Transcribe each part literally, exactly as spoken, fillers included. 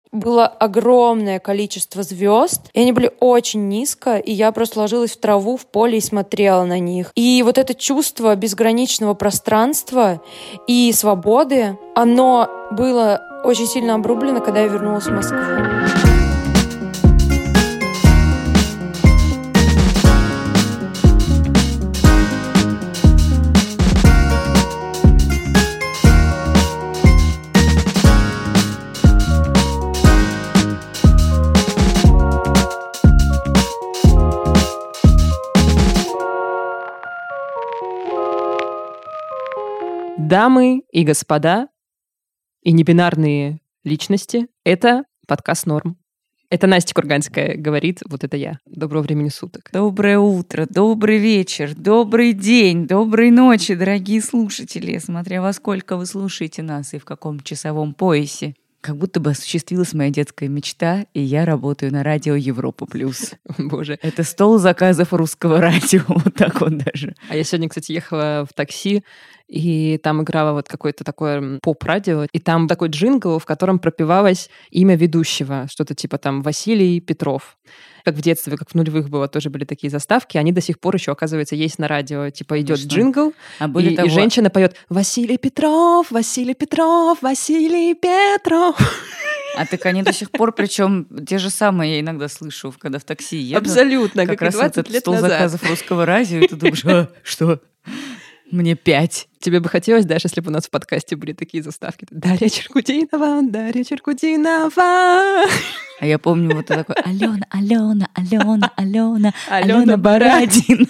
Было огромное количество звезд, и они были очень низко, и я просто ложилась в траву в поле и смотрела на них. И вот это чувство безграничного пространства и свободы, оно было очень сильно обрублено, когда я вернулась в Москву. Дамы и господа, и небинарные личности, это подкаст «Норм». Это Настя Курганская говорит, вот это я. Доброго времени суток. Доброе утро, добрый вечер, добрый день, доброй ночи, дорогие слушатели, смотря во сколько вы слушаете нас и в каком часовом поясе. Как будто бы осуществилась моя детская мечта, и я работаю на радио Европа плюс. Боже. Это стол заказов русского радио, вот так вот даже. А я сегодня, кстати, ехала в такси, и там играло вот какое-то такое поп-радио, и там такой джингл, в котором пропевалось имя ведущего, что-то типа там Василий Петров. Как в детстве, как в нулевых было, тоже были такие заставки, они до сих пор еще, оказывается, есть на радио. Типа идет джингл, а более и, того... и женщина поет «Василий Петров, Василий Петров, Василий Петров». А так они до сих пор, причем те же самые я иногда слышу, когда в такси еду. Абсолютно, как, как раз двадцать этот лет стол назад. Заказов русского радио, и ты думаешь, а, что? Мне пять. Тебе бы хотелось, Даша, если бы у нас в подкасте были такие заставки? Дарья Черкудинова, Дарья Черкудинова. А я помню вот такой Алена, Алена, Алена, Алена, Алена Алена Бородина.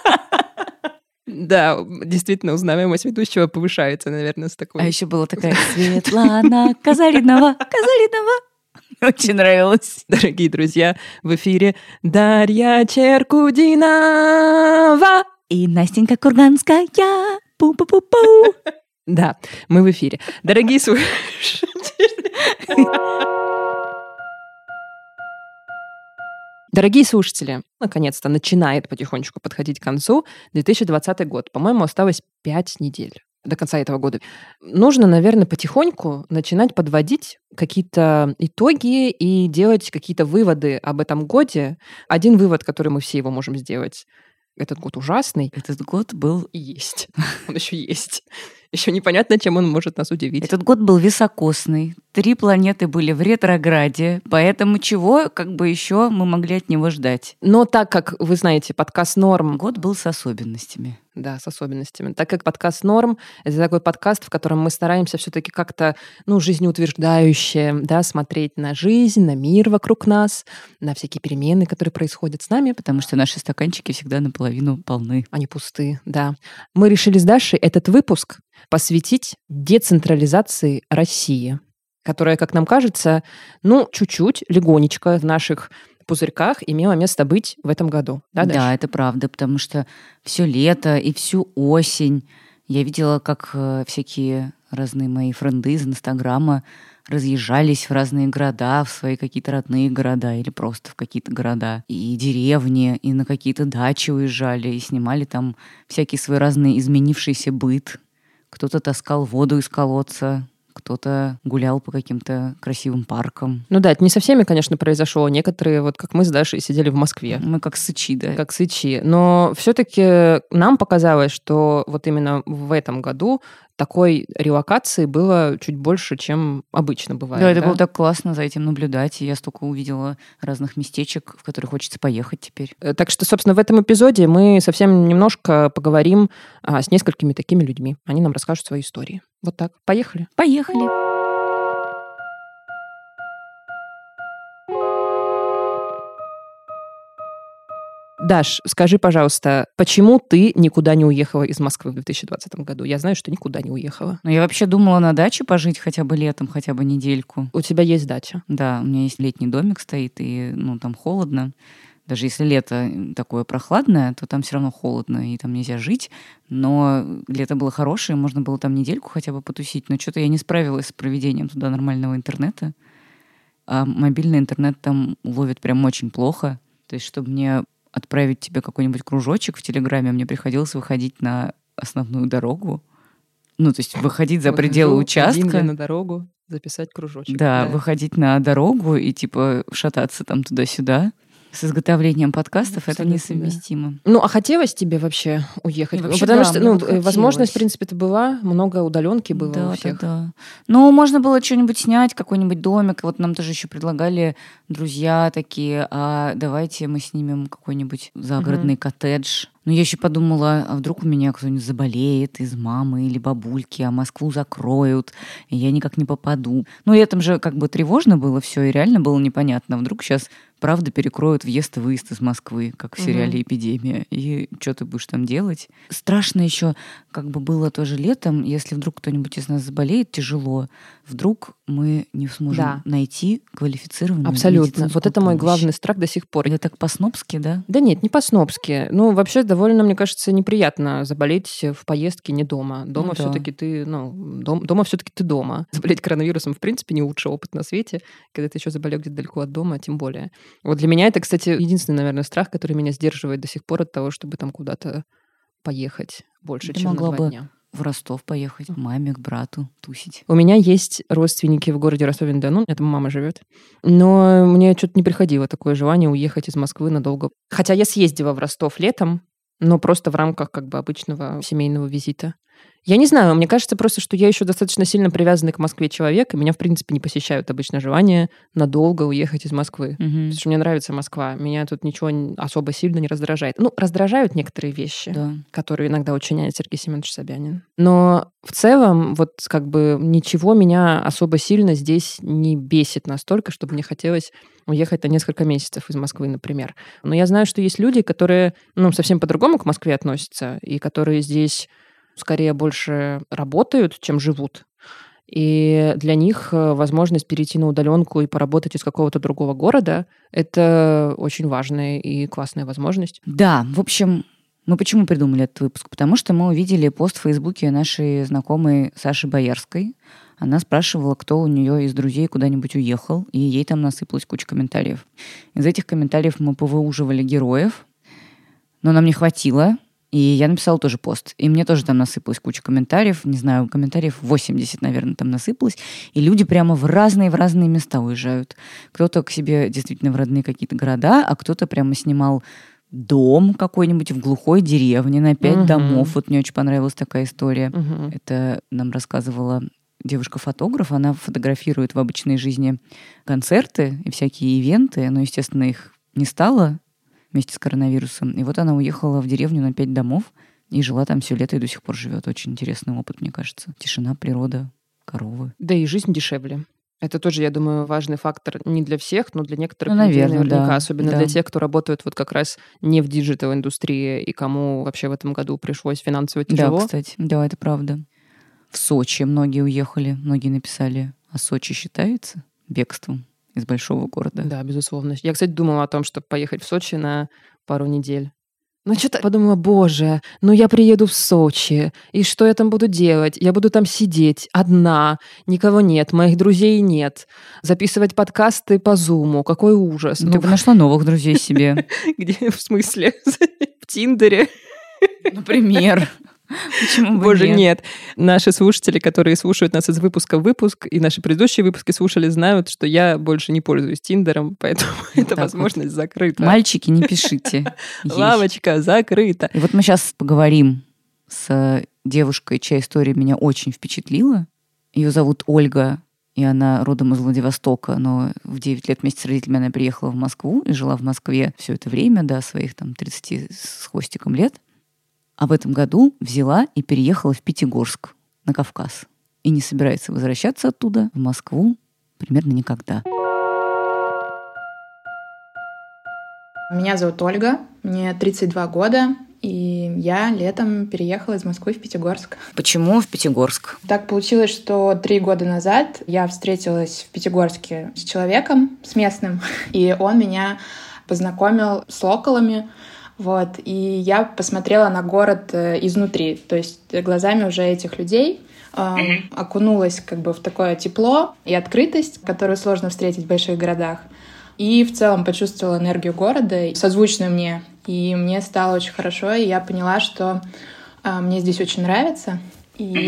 Да, действительно, узнаваемость ведущего повышается, наверное, с такой. А еще была такая Светлана Казаринова, Казаринова. Очень нравилось. Дорогие друзья, в эфире Дарья Черкудинова и Настенька Курганская. Пу-пу-пу-пу. Да, мы в эфире. Дорогие слушатели. Дорогие слушатели, наконец-то начинает потихонечку подходить к концу две тысячи двадцатый год. По-моему, осталось пять недель до конца этого года. Нужно, наверное, потихоньку начинать подводить какие-то итоги и делать какие-то выводы об этом годе. Один вывод, который мы все его можем сделать. Этот год ужасный. Этот год был... И есть. Он еще есть. Еще непонятно, чем он может нас удивить. Этот год был високосный. Три планеты были в ретрограде. Поэтому чего как бы еще мы могли от него ждать? Но так как, вы знаете, подкаст «Норм». Год был с особенностями. Да, с особенностями. Так как подкаст «Норм» — это такой подкаст, в котором мы стараемся все-таки как-то, ну, жизнеутверждающе, да, смотреть на жизнь, на мир вокруг нас, на всякие перемены, которые происходят с нами. Потому что наши стаканчики всегда наполовину полны. Они пусты, да. Мы решили с Дашей этот выпуск посвятить децентрализации России, которая, как нам кажется, ну, чуть-чуть, легонечко в наших пузырьках имело место быть в этом году. Да, Даш? Да, это правда, потому что все лето и всю осень я видела, как э, всякие разные мои френды из Инстаграма разъезжались в разные города, в свои какие-то родные города или просто в какие-то города и деревни, и на какие-то дачи уезжали, и снимали там всякий свой разный изменившийся быт. Кто-то таскал воду из колодца, кто-то гулял по каким-то красивым паркам. Ну да, это не со всеми, конечно, произошло. Некоторые, вот как мы с Дашей, сидели в Москве. Мы как сычи, да. Как сычи. Но все-таки нам показалось, что вот именно в этом году такой релокации было чуть больше, чем обычно бывает. Да, это да? было так классно за этим наблюдать. И я столько увидела разных местечек, в которые хочется поехать теперь. Так что, собственно, в этом эпизоде мы совсем немножко поговорим а, с несколькими такими людьми. Они нам расскажут свои истории. Вот так. Поехали? Поехали. Даш, скажи, пожалуйста, почему ты никуда не уехала из Москвы в две тысячи двадцатом году? Я знаю, что никуда не уехала. Ну, я вообще думала на даче пожить хотя бы летом, хотя бы недельку. У тебя есть дача? Да, у меня есть летний домик стоит, и ну, там холодно. Даже если лето такое прохладное, то там все равно холодно, и там нельзя жить. Но лето было хорошее, можно было там недельку хотя бы потусить. Но что-то я не справилась с проведением туда нормального интернета. А мобильный интернет там ловит прям очень плохо. То есть, чтобы мне отправить тебе какой-нибудь кружочек в Телеграме, мне приходилось выходить на основную дорогу Ну, то есть выходить за Вот пределы иду, участка. один на дорогу, записать кружочек. Да, выходить на дорогу и типа шататься там туда-сюда. С изготовлением подкастов это Абсолютно, несовместимо. да. Ну, а хотелось тебе вообще уехать? И вообще, Потому да, что мне ну, вот хотелось. возможность, в принципе-то, была, много удаленки было Да, у всех. да, да. Ну, можно было что-нибудь снять, какой-нибудь домик. Вот нам тоже еще предлагали друзья такие, а давайте мы снимем какой-нибудь загородный Мгм. коттедж. Но я еще подумала, а вдруг у меня кто-нибудь заболеет из мамы или бабульки, а Москву закроют, и я никак не попаду. Ну, и этом же как бы тревожно было все, и реально было непонятно. Вдруг сейчас правда перекроют въезд и выезд из Москвы, как в сериале Мгм. «Эпидемия». И что ты будешь там делать? Страшно еще, как бы было тоже летом, если вдруг кто-нибудь из нас заболеет, тяжело, вдруг мы не сможем Да. найти квалифицированную Абсолютно. медицинскую Вот это мой помощь. главный страх до сих пор. Это так по-снобски, да? Да нет, не по-снобски. Ну, вообще, довольно, мне кажется, неприятно заболеть в поездке не дома. Дома Ну да. все-таки ты, ну, дом- дома все-таки ты дома. Заболеть коронавирусом, в принципе, не лучший опыт на свете, когда ты еще заболел где-то далеко от дома, тем более. Вот для меня это, кстати, единственный, наверное, страх, который меня сдерживает до сих пор от того, чтобы там куда-то поехать больше, Ты чем на могла два бы дня. в Ростов поехать, к маме, к брату тусить. У меня есть родственники в городе Ростове-на-Дону, у меня там мама живет. Но мне что-то не приходило такое желание уехать из Москвы надолго. Хотя я съездила в Ростов летом, но просто в рамках как бы обычного семейного визита. Я не знаю, мне кажется просто, что я еще достаточно сильно привязанный к Москве человек, и меня, в принципе, не посещают обычно желания надолго уехать из Москвы. Мгм. Потому что мне нравится Москва, меня тут ничего н- особо сильно не раздражает. Ну, раздражают некоторые вещи, Да. которые иногда учиняет Сергей Семенович Собянин. Но в целом вот как бы ничего меня особо сильно здесь не бесит настолько, чтобы мне хотелось уехать на несколько месяцев из Москвы, например. Но я знаю, что есть люди, которые ну, совсем по-другому к Москве относятся, и которые здесь скорее больше работают, чем живут. И для них э, возможность перейти на удаленку и поработать из какого-то другого города — это очень важная и классная возможность. Да, в общем, мы почему придумали этот выпуск? Потому что мы увидели пост в Фейсбуке нашей знакомой Саши Боярской. Она спрашивала, кто у нее из друзей куда-нибудь уехал, и ей там насыпалась куча комментариев. Из этих комментариев мы повыуживали героев, но нам не хватило, и я написала тоже пост. И мне тоже там насыпалась куча комментариев, не знаю, комментариев восемьдесят, наверное, там насыпалось, и люди прямо в разные, в разные места уезжают. Кто-то к себе действительно в родные какие-то города, а кто-то прямо снимал дом какой-нибудь в глухой деревне на пять Мгм. домов. Вот мне очень понравилась такая история. Мгм. Это нам рассказывала девушка-фотограф. Она фотографирует в обычной жизни концерты и всякие ивенты, но, естественно, их не стало вместе с коронавирусом. И вот она уехала в деревню на пять домов и жила там все лето и до сих пор живет. Очень интересный опыт, мне кажется. Тишина, природа, коровы. Да и жизнь дешевле. Это тоже, я думаю, важный фактор не для всех, но для некоторых Ну, людей наверное, наверняка, да, особенно да. для тех, кто работает вот как раз не в диджитал-индустрии и кому вообще в этом году пришлось финансово тяжело. Да, кстати, да, это правда. В Сочи многие уехали, многие написали, а Сочи считается бегством из большого города. Да, безусловно. Я, кстати, думала о том, чтобы поехать в Сочи на пару недель. Ну, что-то подумала, боже, ну я приеду в Сочи, и что я там буду делать? Я буду там сидеть одна, никого нет, моих друзей нет, записывать подкасты по Зуму, какой ужас. Ну, ты бы нашла новых друзей себе. Где, в смысле? В Тиндере? Например. Почему бы Боже, нет? нет. Наши слушатели, которые слушают нас из выпуска в выпуск, и наши предыдущие выпуски слушали, знают, что я больше не пользуюсь Тиндером, поэтому эта так возможность закрыта. Мальчики, не пишите. Ей. Лавочка закрыта. И вот мы сейчас поговорим с девушкой, чья история меня очень впечатлила. Ее зовут Ольга, и она родом из Владивостока, но в девять лет вместе с родителями она приехала в Москву и жила в Москве все это время, до своих там тридцати с хвостиком лет. А в этом году взяла и переехала в Пятигорск, на Кавказ. И не собирается возвращаться оттуда в Москву примерно никогда. Меня зовут Ольга, мне тридцать два года, и я летом переехала из Москвы в Пятигорск. Почему в Пятигорск? Так получилось, что три года назад я встретилась в Пятигорске с человеком, с местным, и он меня познакомил с локалами. Вот, и я посмотрела на город изнутри, то есть глазами уже этих людей, э, окунулась как бы в такое тепло и открытость, которую сложно встретить в больших городах. И в целом почувствовала энергию города, созвучную мне. И мне стало очень хорошо, и я поняла, что э, мне здесь очень нравится. И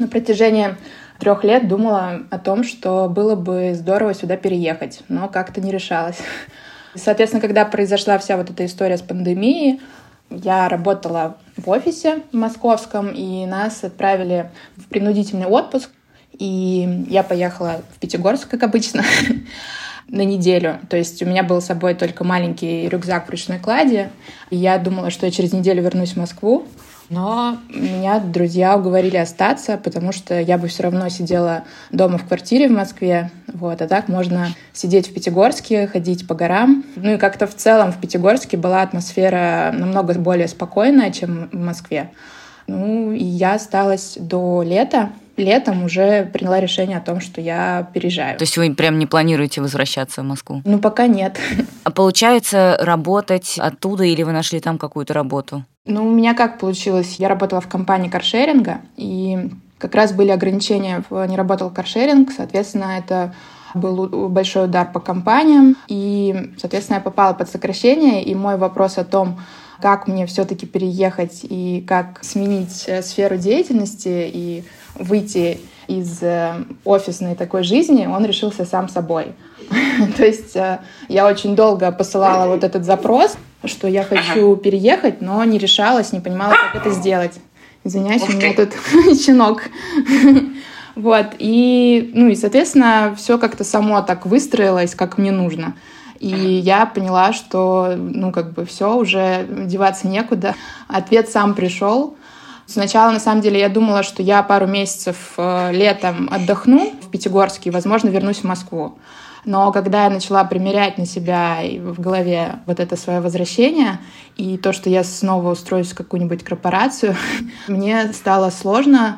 На протяжении трех лет думала о том, что было бы здорово сюда переехать, но как-то не решалась. Соответственно, когда произошла вся вот эта история с пандемией, я работала в офисе московском, и нас отправили в принудительный отпуск. И я поехала в Пятигорск, как обычно, на неделю. То есть у меня был с собой только маленький рюкзак в ручной клади. И я думала, что я через неделю вернусь в Москву. Но меня друзья уговорили остаться, потому что я бы все равно сидела дома в квартире в Москве. Вот, а так можно сидеть в Пятигорске, ходить по горам. Ну и как-то в целом в Пятигорске была атмосфера намного более спокойная, чем в Москве. Ну и я осталась до лета. Летом уже приняла решение о том, что я переезжаю. То есть вы прям не планируете возвращаться в Москву? Ну, пока нет. А получается работать оттуда или вы нашли там какую-то работу? Ну, у меня как получилось? Я работала в компании каршеринга, и как раз были ограничения, не работал каршеринг, соответственно, это был большой удар по компаниям, и, соответственно, я попала под сокращение, и мой вопрос о том, как мне все-таки переехать и как сменить сферу деятельности и выйти из офисной такой жизни, он решился сам собой. То есть я очень долго посылала вот этот запрос, что я хочу переехать, но не решалась, не понимала, как это сделать. Извиняюсь, у меня тут щенок. Вот, и, ну и, соответственно, все как-то само так выстроилось, как мне нужно. И я поняла, что, ну, как бы все, уже деваться некуда. Ответ сам пришел. Сначала, на самом деле, я думала, что я пару месяцев летом отдохну в Пятигорске и, возможно, вернусь в Москву. Но когда я начала примерять на себя в голове вот это свое возвращение и то, что я снова устроюсь в какую-нибудь корпорацию, мне стало сложно,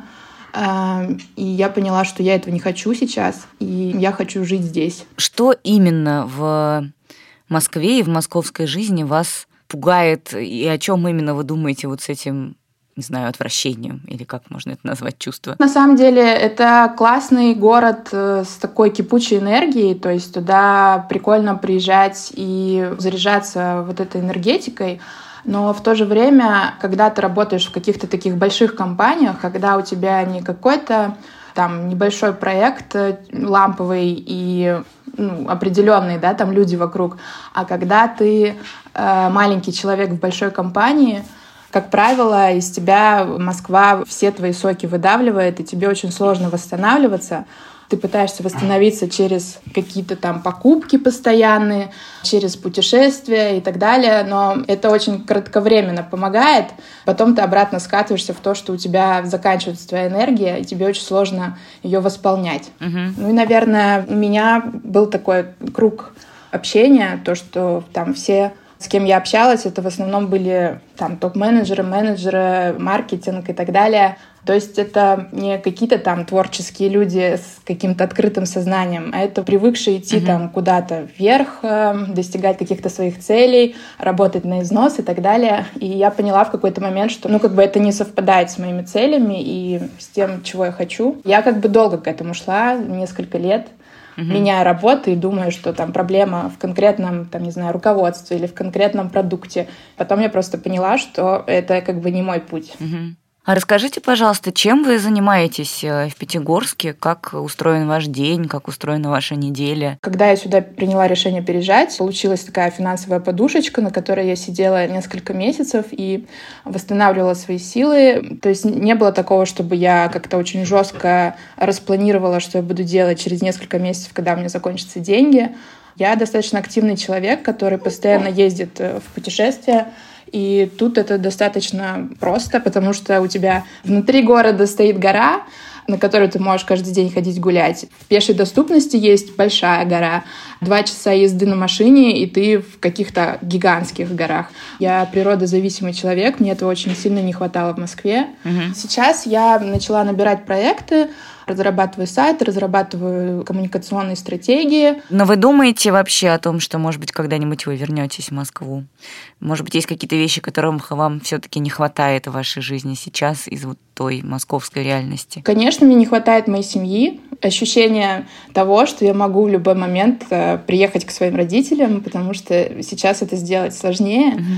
и я поняла, что я этого не хочу сейчас, и я хочу жить здесь. Что именно в Москве и в московской жизни вас пугает, и о чем именно вы думаете вот с этим, не знаю, отвращением, или как можно это назвать, чувство? На самом деле это классный город с такой кипучей энергией, то есть туда прикольно приезжать и заряжаться вот этой энергетикой. Но в то же время, когда ты работаешь в каких-то таких больших компаниях, когда у тебя не какой-то там небольшой проект ламповый и ну, определенные, да, там люди вокруг, а когда ты э, маленький человек в большой компании, как правило, из тебя Москва все твои соки выдавливает, и тебе очень сложно восстанавливаться. Ты пытаешься восстановиться через какие-то там покупки постоянные, через путешествия и так далее, но это очень кратковременно помогает. Потом ты обратно скатываешься в то, что у тебя заканчивается твоя энергия, и тебе очень сложно ее восполнять. Uh-huh. Ну и, наверное, у меня был такой круг общения, то, что там все, с кем я общалась, это в основном были там топ-менеджеры, менеджеры, маркетинг и так далее. То есть это не какие-то там творческие люди с каким-то открытым сознанием, а это привыкшие идти uh-huh. там куда-то вверх, достигать каких-то своих целей, работать на износ и так далее. И я поняла в какой-то момент, что ну как бы это не совпадает с моими целями и с тем, чего я хочу. Я как бы долго к этому шла, несколько лет, uh-huh. меняя работу и думая, что там проблема в конкретном, там, не знаю, руководстве или в конкретном продукте. Потом я просто поняла, что это как бы не мой путь. Uh-huh. А расскажите, пожалуйста, чем вы занимаетесь в Пятигорске? Как устроен ваш день? Как устроена ваша неделя? Когда я сюда приняла решение переезжать, получилась такая финансовая подушечка, на которой я сидела несколько месяцев и восстанавливала свои силы. То есть не было такого, чтобы я как-то очень жестко распланировала, что я буду делать через несколько месяцев, когда у меня закончатся деньги. Я достаточно активный человек, который постоянно ездит в путешествия. И тут это достаточно просто, потому что у тебя внутри города стоит гора, на которую ты можешь каждый день ходить гулять. В пешей доступности есть большая гора. Два часа езды на машине, и ты в каких-то гигантских горах. Я природозависимый человек, мне этого очень сильно не хватало в Москве. Угу. Сейчас я начала набирать проекты, разрабатываю сайты, разрабатываю коммуникационные стратегии. Но вы думаете вообще о том, что, может быть, когда-нибудь вы вернетесь в Москву? Может быть, есть какие-то вещи, которым вам все-таки не хватает в вашей жизни сейчас из вот той московской реальности? Конечно, мне не хватает моей семьи, ощущение того, что я могу в любой момент приехать к своим родителям, потому что сейчас это сделать сложнее. Угу.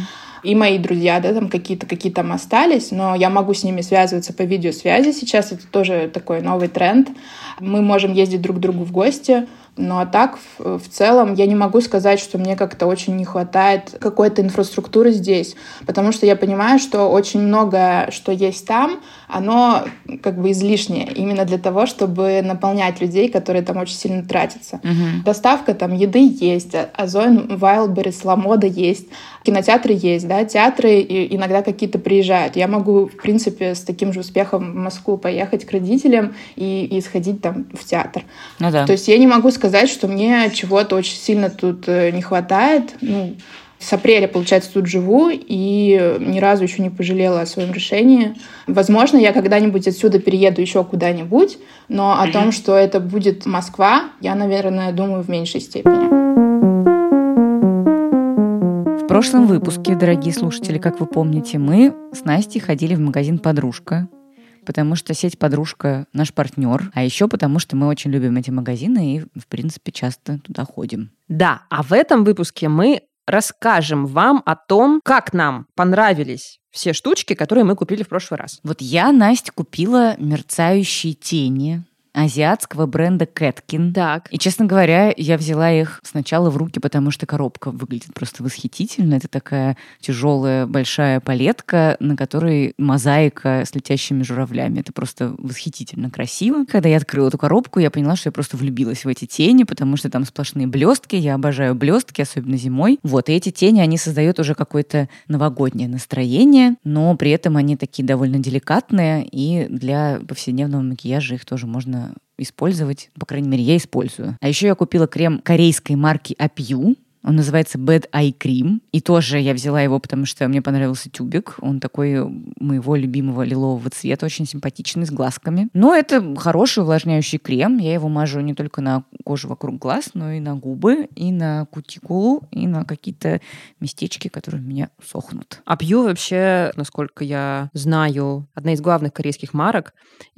И мои друзья, да, там какие-то, какие там остались, но я могу с ними связываться по видеосвязи сейчас. Это тоже такой новый тренд. Мы можем ездить друг к другу в гости. Ну а так, в, в целом, я не могу сказать, что мне как-то очень не хватает какой-то инфраструктуры здесь, потому что я понимаю, что очень многое, что есть там, оно как бы излишнее именно для того, чтобы наполнять людей, которые там очень сильно тратятся. Угу. Доставка там еды есть, Озон, Wildberries, Ламода есть, кинотеатры есть, да, театры иногда какие-то приезжают. Я могу, в принципе, с таким же успехом в Москву поехать к родителям и, и сходить там в театр. Ну да. То есть я не могу сказать, сказать, что мне чего-то очень сильно тут не хватает. Ну, с апреля, получается, тут живу и ни разу еще не пожалела о своем решении. Возможно, я когда-нибудь отсюда перееду еще куда-нибудь, но о том, что это будет Москва, я, наверное, думаю в меньшей степени. В прошлом выпуске, дорогие слушатели, как вы помните, мы с Настей ходили в магазин «Подружка», потому что сеть «Подружка» — наш партнер, а еще потому что мы очень любим эти магазины и, в принципе, часто туда ходим. Да, а в этом выпуске мы расскажем вам о том, как нам понравились все штучки, которые мы купили в прошлый раз. Вот я, Настя, купила мерцающие тени азиатского бренда Кэткин. Так. И, честно говоря, я взяла их сначала в руки, потому что коробка выглядит просто восхитительно. Это такая тяжелая большая палетка, на которой мозаика с летящими журавлями. Это просто восхитительно красиво. Когда я открыла эту коробку, я поняла, что я просто влюбилась в эти тени, потому что там сплошные блестки. Я обожаю блестки, особенно зимой. Вот, и эти тени, они создают уже какое-то новогоднее настроение, но при этом они такие довольно деликатные, и для повседневного макияжа их тоже можно использовать. По крайней мере, я использую. А еще я купила крем корейской марки Апью. Он называется Bad Eye Cream. И тоже я взяла его, потому что мне понравился тюбик. Он такой моего любимого лилового цвета, очень симпатичный, с глазками. Но это хороший увлажняющий крем. Я его мажу не только на кожу вокруг глаз, но и на губы, и на кутикулу, и на какие-то местечки, которые у меня сохнут. Апью вообще, насколько я знаю, одна из главных корейских марок.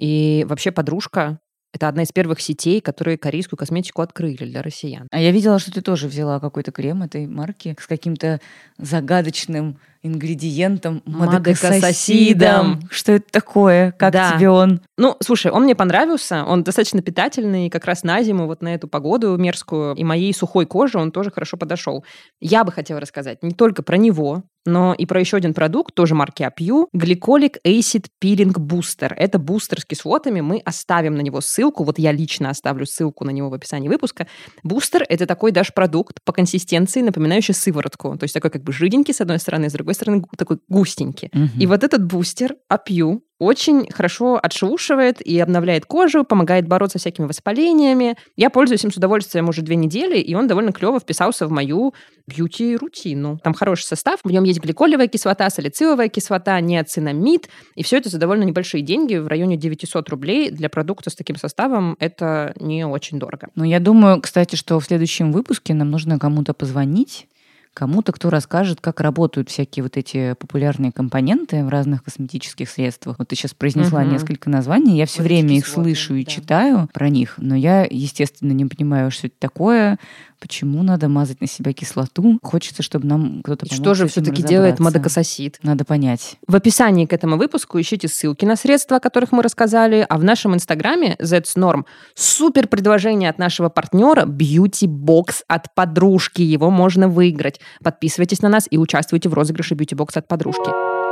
И вообще «Подружка» — это одна из первых сетей, которые корейскую косметику открыли для россиян. А я видела, что ты тоже взяла какой-то крем этой марки с каким-то загадочным ингредиентом мадекасосидом. Что это такое? Как да. тебе он? Ну, слушай, он мне понравился. Он достаточно питательный, как раз на зиму, вот на эту погоду мерзкую. И моей сухой коже он тоже хорошо подошел. Я бы хотела рассказать не только про него, но и про еще один продукт, тоже марки Апью, Glycolic Acid Peeling Booster. Это бустер с кислотами. Мы оставим на него ссылку. Вот я лично оставлю ссылку на него в описании выпуска. Бустер — это такой даже продукт по консистенции, напоминающий сыворотку. То есть такой как бы жиденький с одной стороны, с другой стороны такой густенький. Угу. И вот этот бустер Апью очень хорошо отшелушивает и обновляет кожу, помогает бороться с всякими воспалениями. Я пользуюсь им с удовольствием уже две недели, и он довольно клево вписался в мою бьюти-рутину. Там хороший состав, в нем есть гликолевая кислота, салициловая кислота, неоцинамид, и все это за довольно небольшие деньги, в районе девятьсот рублей. Для продукта с таким составом это не очень дорого. Ну, я думаю, кстати, что в следующем выпуске нам нужно кому-то позвонить, кому-то, кто расскажет, как работают всякие вот эти популярные компоненты в разных косметических средствах. Вот ты сейчас произнесла угу. несколько названий, я все вот время их слышу и да. читаю про них, но я, естественно, не понимаю, что это такое, почему надо мазать на себя кислоту. Хочется, чтобы нам кто-то помог. Что же все-таки делает мадекасосид? Надо понять. В описании к этому выпуску ищите ссылки на средства, о которых мы рассказали, а в нашем инстаграме That's Norm супер предложение от нашего партнера Beauty Box от подружки. Его можно выиграть. Подписывайтесь на нас и участвуйте в розыгрыше Beauty Box от подружки.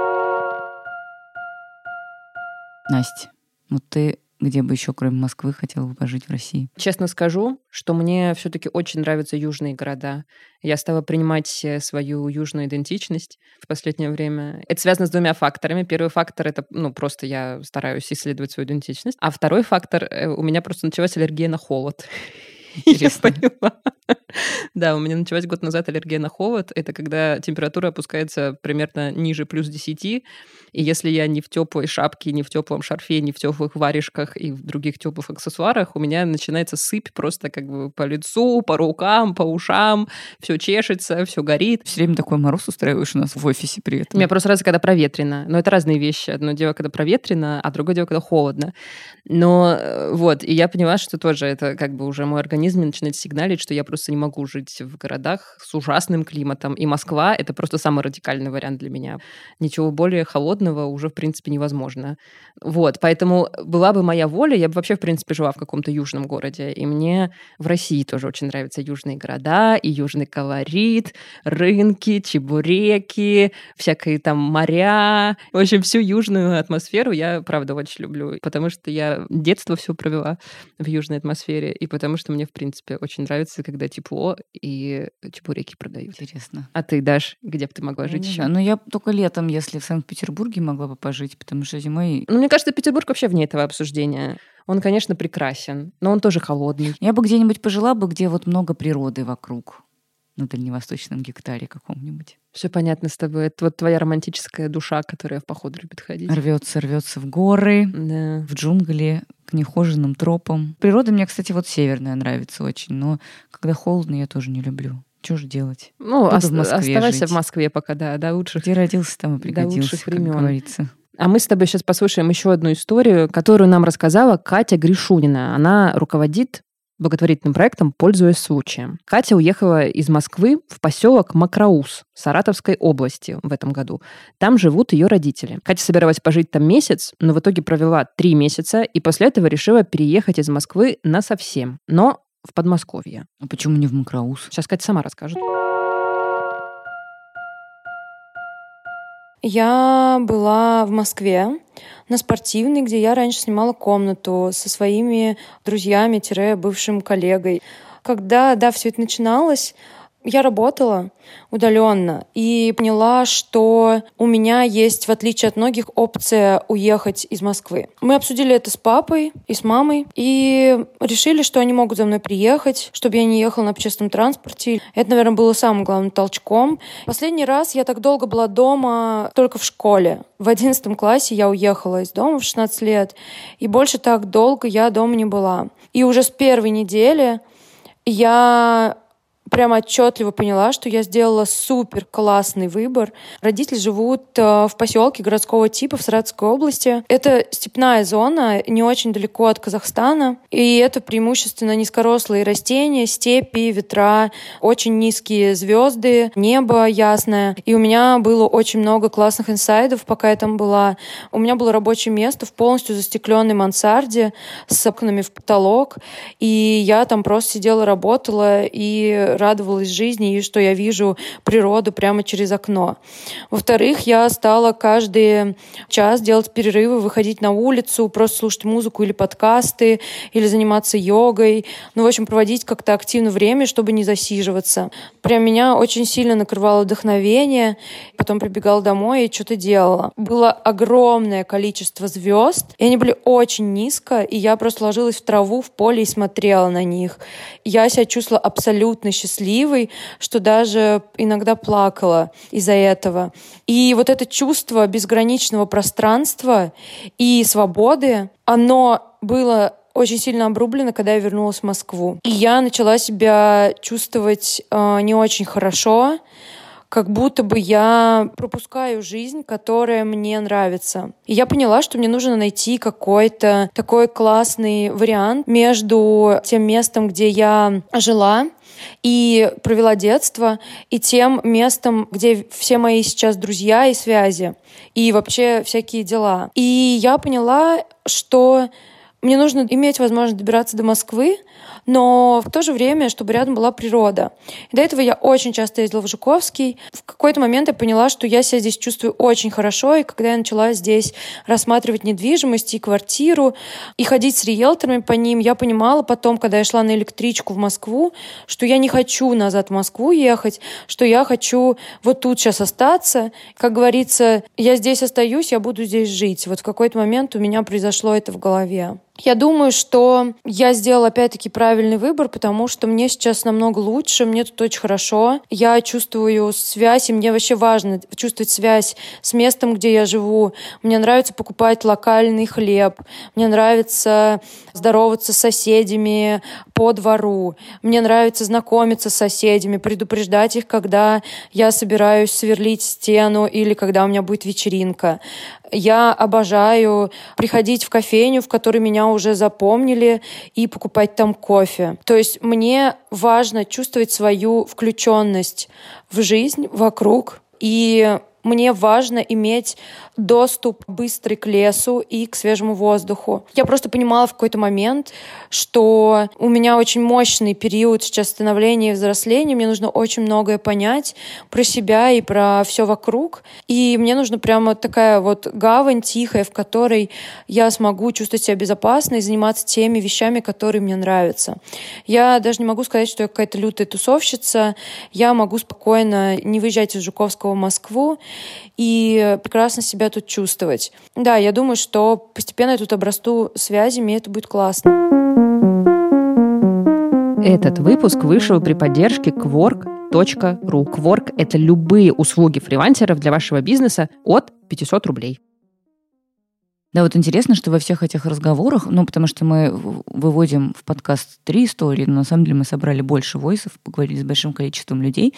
Настя, ну ты где бы еще, кроме Москвы, хотела бы пожить в России? Честно скажу, что мне все-таки очень нравятся южные города. Я стала принимать свою южную идентичность в последнее время. Это связано с двумя факторами. Первый фактор — это, ну, просто я стараюсь исследовать свою идентичность. А второй фактор — у меня просто началась аллергия на холод. Интересно. Я поняла. Да, у меня началась год назад аллергия на холод. Это когда температура опускается примерно ниже плюс десяти. И если я не в теплой шапке, не в теплом шарфе, не в теплых варежках и в других теплых аксессуарах, у меня начинается сыпь просто как бы по лицу, по рукам, по ушам. Все чешется, все горит. Все время такой мороз устраиваешь у нас в офисе при этом. У меня просто раз, когда проветрено. Но это разные вещи. Одно дело, когда проветрено, а другое дело, когда холодно. Но вот, и я поняла, что тоже это как бы уже мой организм начинает сигналить, что я просто не могу жить жить в городах с ужасным климатом. И Москва — это просто самый радикальный вариант для меня. Ничего более холодного уже, в принципе, невозможно. Вот, поэтому была бы моя воля, я бы вообще, в принципе, жила в каком-то южном городе. И мне в России тоже очень нравятся южные города, и южный колорит, рынки, чебуреки, всякие там моря. В общем, всю южную атмосферу я, правда, очень люблю, потому что я детство все провела в южной атмосфере, и потому что мне, в принципе, очень нравится, когда тепло и чебуреки продают. Интересно. А ты, Даш, где бы ты могла Я жить не еще? знаю, ну, я только летом, если в Санкт-Петербурге могла бы пожить, потому что зимой... Ну, мне кажется, Петербург вообще вне этого обсуждения. Он, конечно, прекрасен, но он тоже холодный. Я бы где-нибудь пожила бы, где вот много природы вокруг. На дальневосточном гектаре каком-нибудь. Все понятно с тобой. Это вот твоя романтическая душа, которая в походу любит ходить. Рвется, рвется в горы, Да. в джунгли, к нехоженным тропам. Природа мне, кстати, вот северная нравится очень, но когда холодно, я тоже не люблю. Что же делать? Ну, Буду ост- в Москве оставайся жить. в Москве пока, да, до лучших. Где родился, там и До пригодился, лучших как времен. говорится. А мы с тобой сейчас послушаем еще одну историю, которую нам рассказала Катя Гришунина. Она руководит благотворительным проектом «Пользуясь случаем». Катя уехала из Москвы в поселок Макроус Саратовской области в этом году. Там живут ее родители. Катя собиралась пожить там месяц, но в итоге провела три месяца и после этого решила переехать из Москвы насовсем, но в Подмосковье. А почему не в Макроус? Сейчас Катя сама расскажет. Я была в Москве на Спортивной, где я раньше снимала комнату со своими друзьями-бывшим коллегой. Когда, да, все это начиналось, я работала удаленно и поняла, что у меня есть, в отличие от многих, опция уехать из Москвы. Мы обсудили это с папой и с мамой и решили, что они могут за мной приехать, чтобы я не ехала на общественном транспорте. Это, наверное, было самым главным толчком. Последний раз я так долго была дома только в школе. В одиннадцатом классе я уехала из дома в шестнадцать лет, и больше так долго я дома не была. И уже с первой недели я прямо отчетливо поняла, что я сделала супер классный выбор. Родители живут в поселке городского типа в Саратовской области. Это степная зона, не очень далеко от Казахстана. И это преимущественно низкорослые растения, степи, ветра, очень низкие звезды, небо ясное. И у меня было очень много классных инсайдов, пока я там была. У меня было рабочее место в полностью застекленной мансарде с окнами в потолок. И я там просто сидела, работала и радовалась жизни и что я вижу природу прямо через окно. Во-вторых, я стала каждый час делать перерывы, выходить на улицу, просто слушать музыку или подкасты, или заниматься йогой. Ну, в общем, проводить как-то активно время, чтобы не засиживаться. Прям меня очень сильно накрывало вдохновение. Потом прибегала домой и что-то делала. Было огромное количество звезд, и они были очень низко, и я просто ложилась в траву в поле и смотрела на них. Я себя чувствовала абсолютно счастливой, счастливой, что даже иногда плакала из-за этого. И вот это чувство безграничного пространства и свободы, оно было очень сильно обрублено, когда я вернулась в Москву. И я начала себя чувствовать э, не очень хорошо, как будто бы я пропускаю жизнь, которая мне нравится. И я поняла, что мне нужно найти какой-то такой классный вариант между тем местом, где я жила и провела детство, и тем местом, где все мои сейчас друзья и связи, и вообще всякие дела. И я поняла, что мне нужно иметь возможность добираться до Москвы, но в то же время, чтобы рядом была природа. И до этого я очень часто ездила в Жуковский. В какой-то момент я поняла, что я себя здесь чувствую очень хорошо, и когда я начала здесь рассматривать недвижимость и квартиру, и ходить с риэлторами по ним, я понимала потом, когда я шла на электричку в Москву, что я не хочу назад в Москву ехать, что я хочу вот тут сейчас остаться. Как говорится, я здесь остаюсь, я буду здесь жить. Вот в какой-то момент у меня произошло это в голове. Я думаю, что я сделала опять-таки правильный выбор, потому что мне сейчас намного лучше, мне тут очень хорошо. Я чувствую связь, и мне вообще важно чувствовать связь с местом, где я живу. Мне нравится покупать локальный хлеб, мне нравится здороваться с соседями по двору, мне нравится знакомиться с соседями, предупреждать их, когда я собираюсь сверлить стену или когда у меня будет вечеринка. Я обожаю приходить в кофейню, в которой меня уже запомнили, и покупать там кофе. кофе. То есть мне важно чувствовать свою включенность в жизнь вокруг, и мне важно иметь доступ быстрый к лесу и к свежему воздуху. Я просто понимала в какой-то момент, что у меня очень мощный период сейчас становления и взросления, мне нужно очень многое понять про себя и про все вокруг. И мне нужна прямо такая вот гавань тихая, в которой я смогу чувствовать себя безопасно и заниматься теми вещами, которые мне нравятся. Я даже не могу сказать, что я какая-то лютая тусовщица. Я могу спокойно не выезжать из Жуковского в Москву и прекрасно себя тут чувствовать. Да, я думаю, что постепенно я тут обрасту связями, и это будет классно. Этот выпуск вышел при поддержке кворк точка ру. Quark — это любые услуги фрилансеров для вашего бизнеса от пятьсот рублей. Да, вот интересно, что во всех этих разговорах, ну, потому что мы выводим в подкаст три истории, но на самом деле мы собрали больше войсов, поговорили с большим количеством людей,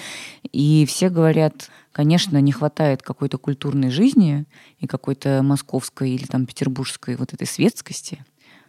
и все говорят, конечно, не хватает какой-то культурной жизни и какой-то московской или там петербургской вот этой светскости,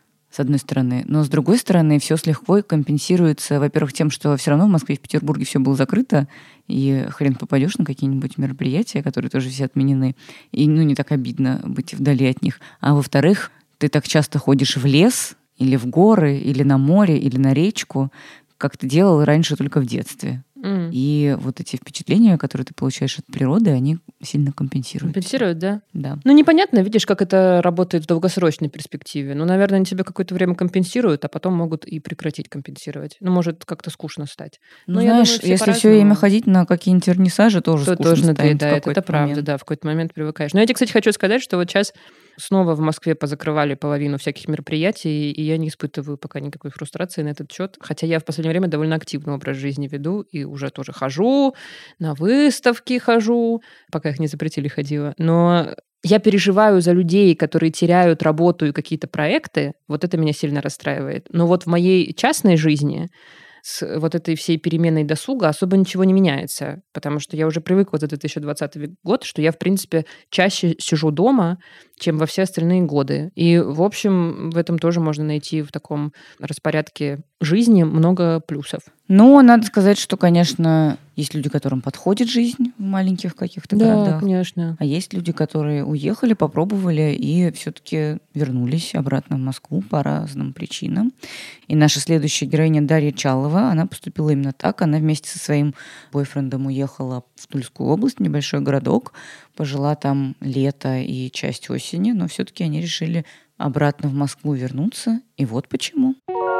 с одной стороны. Но с другой стороны, все с лихвой компенсируется, во-первых, тем, что все равно в Москве и в Петербурге все было закрыто, и хрен попадешь на какие-нибудь мероприятия, которые тоже все отменены. И ну, не так обидно быть вдали от них. А во-вторых, ты так часто ходишь в лес, или в горы, или на море, или на речку, как ты делал раньше только в детстве. Mm. И вот эти впечатления, которые ты получаешь от природы, они сильно компенсируют. Компенсируют, да? Да. Ну, непонятно, видишь, как это работает в долгосрочной перспективе. Ну, наверное, они тебе какое-то время компенсируют, а потом могут и прекратить компенсировать. Ну, может как-то скучно стать. Ну, Но, знаешь, думаю, все если все время ходить на какие-нибудь вернисажи, тоже то скучно тоже станет. Да, это, это правда, да, в какой-то момент привыкаешь. Но я тебе, кстати, хочу сказать, что вот сейчас снова в Москве позакрывали половину всяких мероприятий, и я не испытываю пока никакой фрустрации на этот счет. Хотя я в последнее время довольно активный образ жизни веду, и уже тоже хожу, на выставки хожу, пока их не запретили, ходила. Но я переживаю за людей, которые теряют работу и какие-то проекты. Вот это меня сильно расстраивает. Но вот в моей частной жизни с вот этой всей переменой досуга особо ничего не меняется, потому что я уже привыкла за две тысячи двадцатый год, что я, в принципе, чаще сижу дома, чем во все остальные годы. И, в общем, в этом тоже можно найти в таком распорядке жизни много плюсов. Ну, надо сказать, что, конечно, есть люди, которым подходит жизнь в маленьких каких-то да, городах. Да, конечно. А есть люди, которые уехали, попробовали и все-таки вернулись обратно в Москву по разным причинам. И наша следующая героиня Дарья Чалова, она поступила именно так. Она вместе со своим бойфрендом уехала в Тульскую область, небольшой городок, пожила там лето и часть осени, но все-таки они решили обратно в Москву вернуться. И вот почему.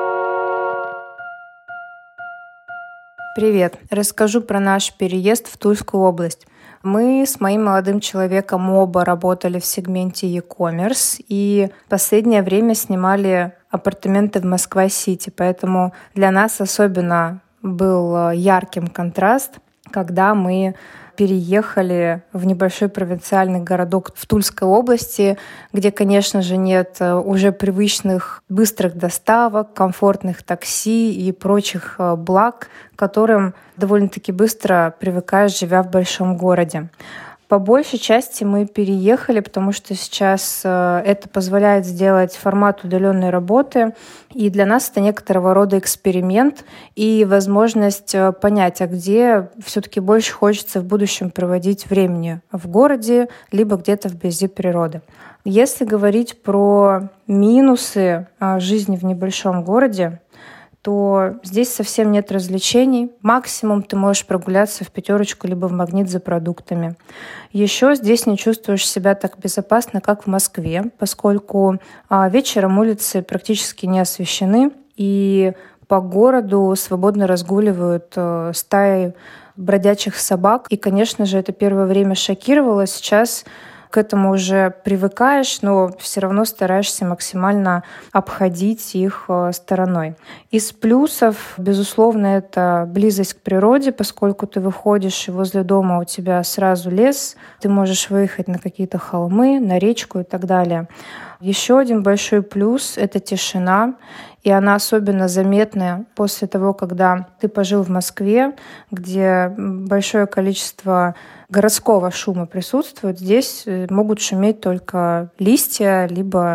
Привет! Расскажу про наш переезд в Тульскую область. Мы с моим молодым человеком оба работали в сегменте e-commerce и в последнее время снимали апартаменты в Москва-Сити, поэтому для нас особенно был ярким контраст, когда мы переехали в небольшой провинциальный городок в Тульской области, где, конечно же, нет уже привычных быстрых доставок, комфортных такси и прочих благ, к которым довольно-таки быстро привыкаешь, живя в большом городе. По большей части мы переехали, потому что сейчас это позволяет сделать формат удаленной работы, и для нас это некоторого рода эксперимент и возможность понять, а где все-таки больше хочется в будущем проводить времени: в городе, либо где-то вблизи природы. Если говорить про минусы жизни в небольшом городе, то здесь совсем нет развлечений. Максимум ты можешь прогуляться в пятерочку либо в Магнит за продуктами. Еще здесь не чувствуешь себя так безопасно, как в Москве, поскольку вечером улицы практически не освещены, и по городу свободно разгуливают стаи бродячих собак. И, конечно же, это первое время шокировало. Сейчас к этому уже привыкаешь, но все равно стараешься максимально обходить их стороной. Из плюсов, безусловно, это близость к природе, поскольку ты выходишь, и возле дома у тебя сразу лес, ты можешь выехать на какие-то холмы, на речку и так далее. Еще один большой плюс — это тишина, и она особенно заметная после того, когда ты пожил в Москве, где большое количество городского шума присутствует. Здесь могут шуметь только листья, либо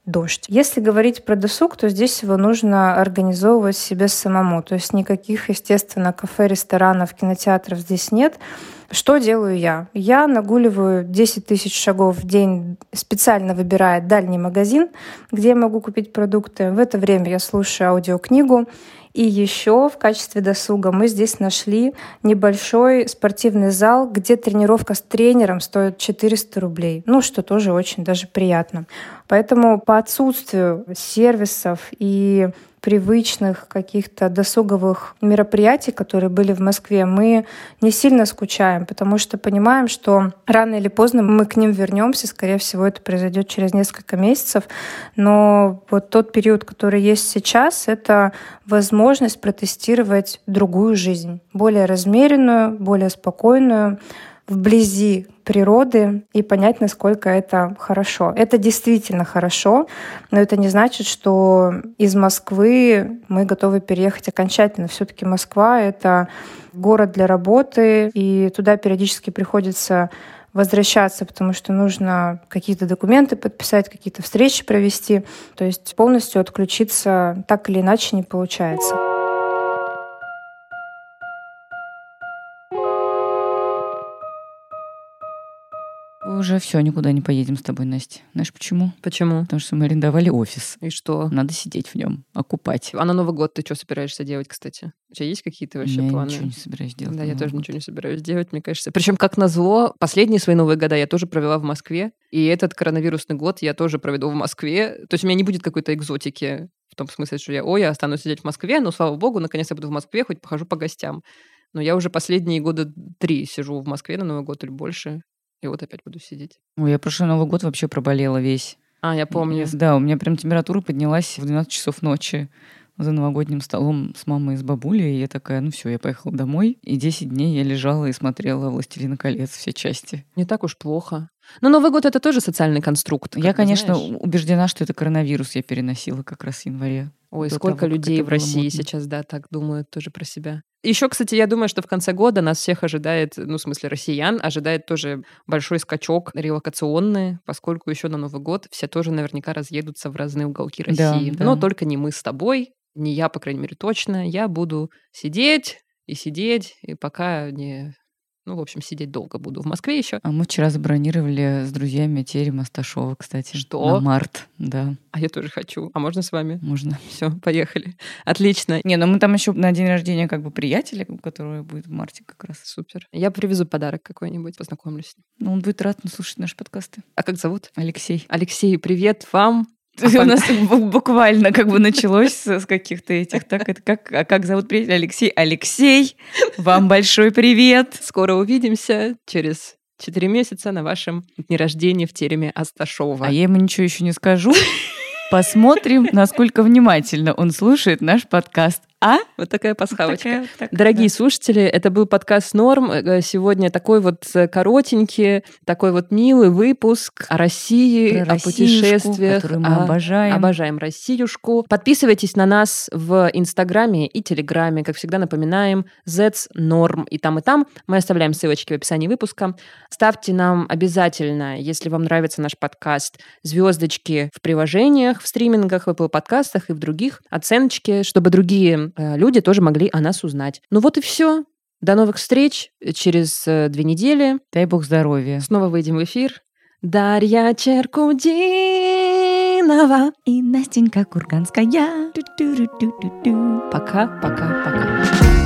дождь. Если говорить про досуг, то здесь его нужно организовывать себе самому. То есть никаких, естественно, кафе, ресторанов, кинотеатров здесь нет. Что делаю я? Я нагуливаю десять тысяч шагов в день, специально выбирая дальний магазин, где я могу купить продукты. В это время я слушаю аудиокнигу. И еще в качестве досуга мы здесь нашли небольшой спортивный зал, где тренировка с тренером стоит четыреста рублей. Ну, что тоже очень даже приятно. Поэтому по отсутствию сервисов и привычных каких-то досуговых мероприятий, которые были в Москве, мы не сильно скучаем, потому что понимаем, что рано или поздно мы к ним вернемся. Скорее всего, это произойдет через несколько месяцев. Но вот тот период, который есть сейчас, это возможность протестировать другую жизнь, более размеренную, более спокойную, вблизи природы и понять, насколько это хорошо. Это действительно хорошо, но это не значит, что из Москвы мы готовы переехать окончательно. Все-таки Москва — это город для работы, и туда периодически приходится возвращаться, потому что нужно какие-то документы подписать, какие-то встречи провести. То есть полностью отключиться так или иначе не получается. Уже все, никуда не поедем с тобой, Настя. Знаешь почему? Почему? Потому что мы арендовали офис. И что? Надо сидеть в нем, окупать. А на Новый год ты что собираешься делать, кстати? У тебя есть какие-то вообще я планы? Я ничего не собираюсь делать. Да, я тоже год. ничего не собираюсь делать, мне кажется. Причем, как назло, последние свои Новые года я тоже провела в Москве. И этот коронавирусный год я тоже проведу в Москве. То есть у меня не будет какой-то экзотики в том смысле, что я, ой, я останусь сидеть в Москве, но, слава богу, наконец я буду в Москве, хоть похожу по гостям. Но я уже последние года три сижу в Москве на Новый год или больше. И вот опять буду сидеть. Ой, я прошлый Новый год вообще проболела весь. А, я помню. Я, да, у меня прям температура поднялась в двенадцать часов ночи за новогодним столом с мамой и с бабулей. И я такая, ну все, я поехала домой. И десять дней я лежала и смотрела «Властелина колец» все части. Не так уж плохо. Но Новый год — это тоже социальный конструкт. Я, конечно, знаешь. убеждена, что это коронавирус я переносила как раз в январе. Ой, сколько того, людей в России модно. Сейчас, да, так думают тоже про себя. Еще, кстати, я думаю, что в конце года нас всех ожидает, ну, в смысле, россиян, ожидает тоже большой скачок релокационный, поскольку еще на Новый год все тоже наверняка разъедутся в разные уголки России. Да, да. Но только не мы с тобой, не я, по крайней мере, точно. Я буду сидеть и сидеть, и пока не... Ну, в общем, сидеть долго буду в Москве еще. А мы вчера забронировали с друзьями терем Асташова, кстати. Что? На март, да. А я тоже хочу. А можно с вами? Можно. Все, поехали. Отлично. Не, ну мы там еще на день рождения как бы приятеля, который будет в марте как раз. Супер. Я привезу подарок какой-нибудь, познакомлюсь. Ну, он будет рад слушать наши подкасты. А как зовут? Алексей. Алексей, привет вам. А у нас буквально как бы началось с каких-то этих. Так, это как, а как зовут приятеля? Алексей. Алексей, вам большой привет. Скоро увидимся через четыре месяца на вашем дне рождения в тереме Асташова. А я ему ничего еще не скажу. Посмотрим, насколько внимательно он слушает наш подкаст. А? Вот такая пасхалочка. Такая, так, Дорогие да. слушатели, это был подкаст «Норм». Сегодня такой вот коротенький, такой вот милый выпуск о России, Про о путешествиях. Которую мы о... обожаем. Обожаем Россиюшку. Подписывайтесь на нас в Инстаграме и Телеграме. Как всегда, напоминаем, Zets Норм. И там, и там. Мы оставляем ссылочки в описании выпуска. Ставьте нам обязательно, если вам нравится наш подкаст, звездочки в приложениях, в стримингах, в Apple подкастах и в других, оценочки, чтобы другие люди тоже могли о нас узнать. Ну вот и все. До новых встреч через две недели. Дай бог здоровья. Снова выйдем в эфир. Дарья Черкудинова и Настенька Курганская. Пока, пока, пока.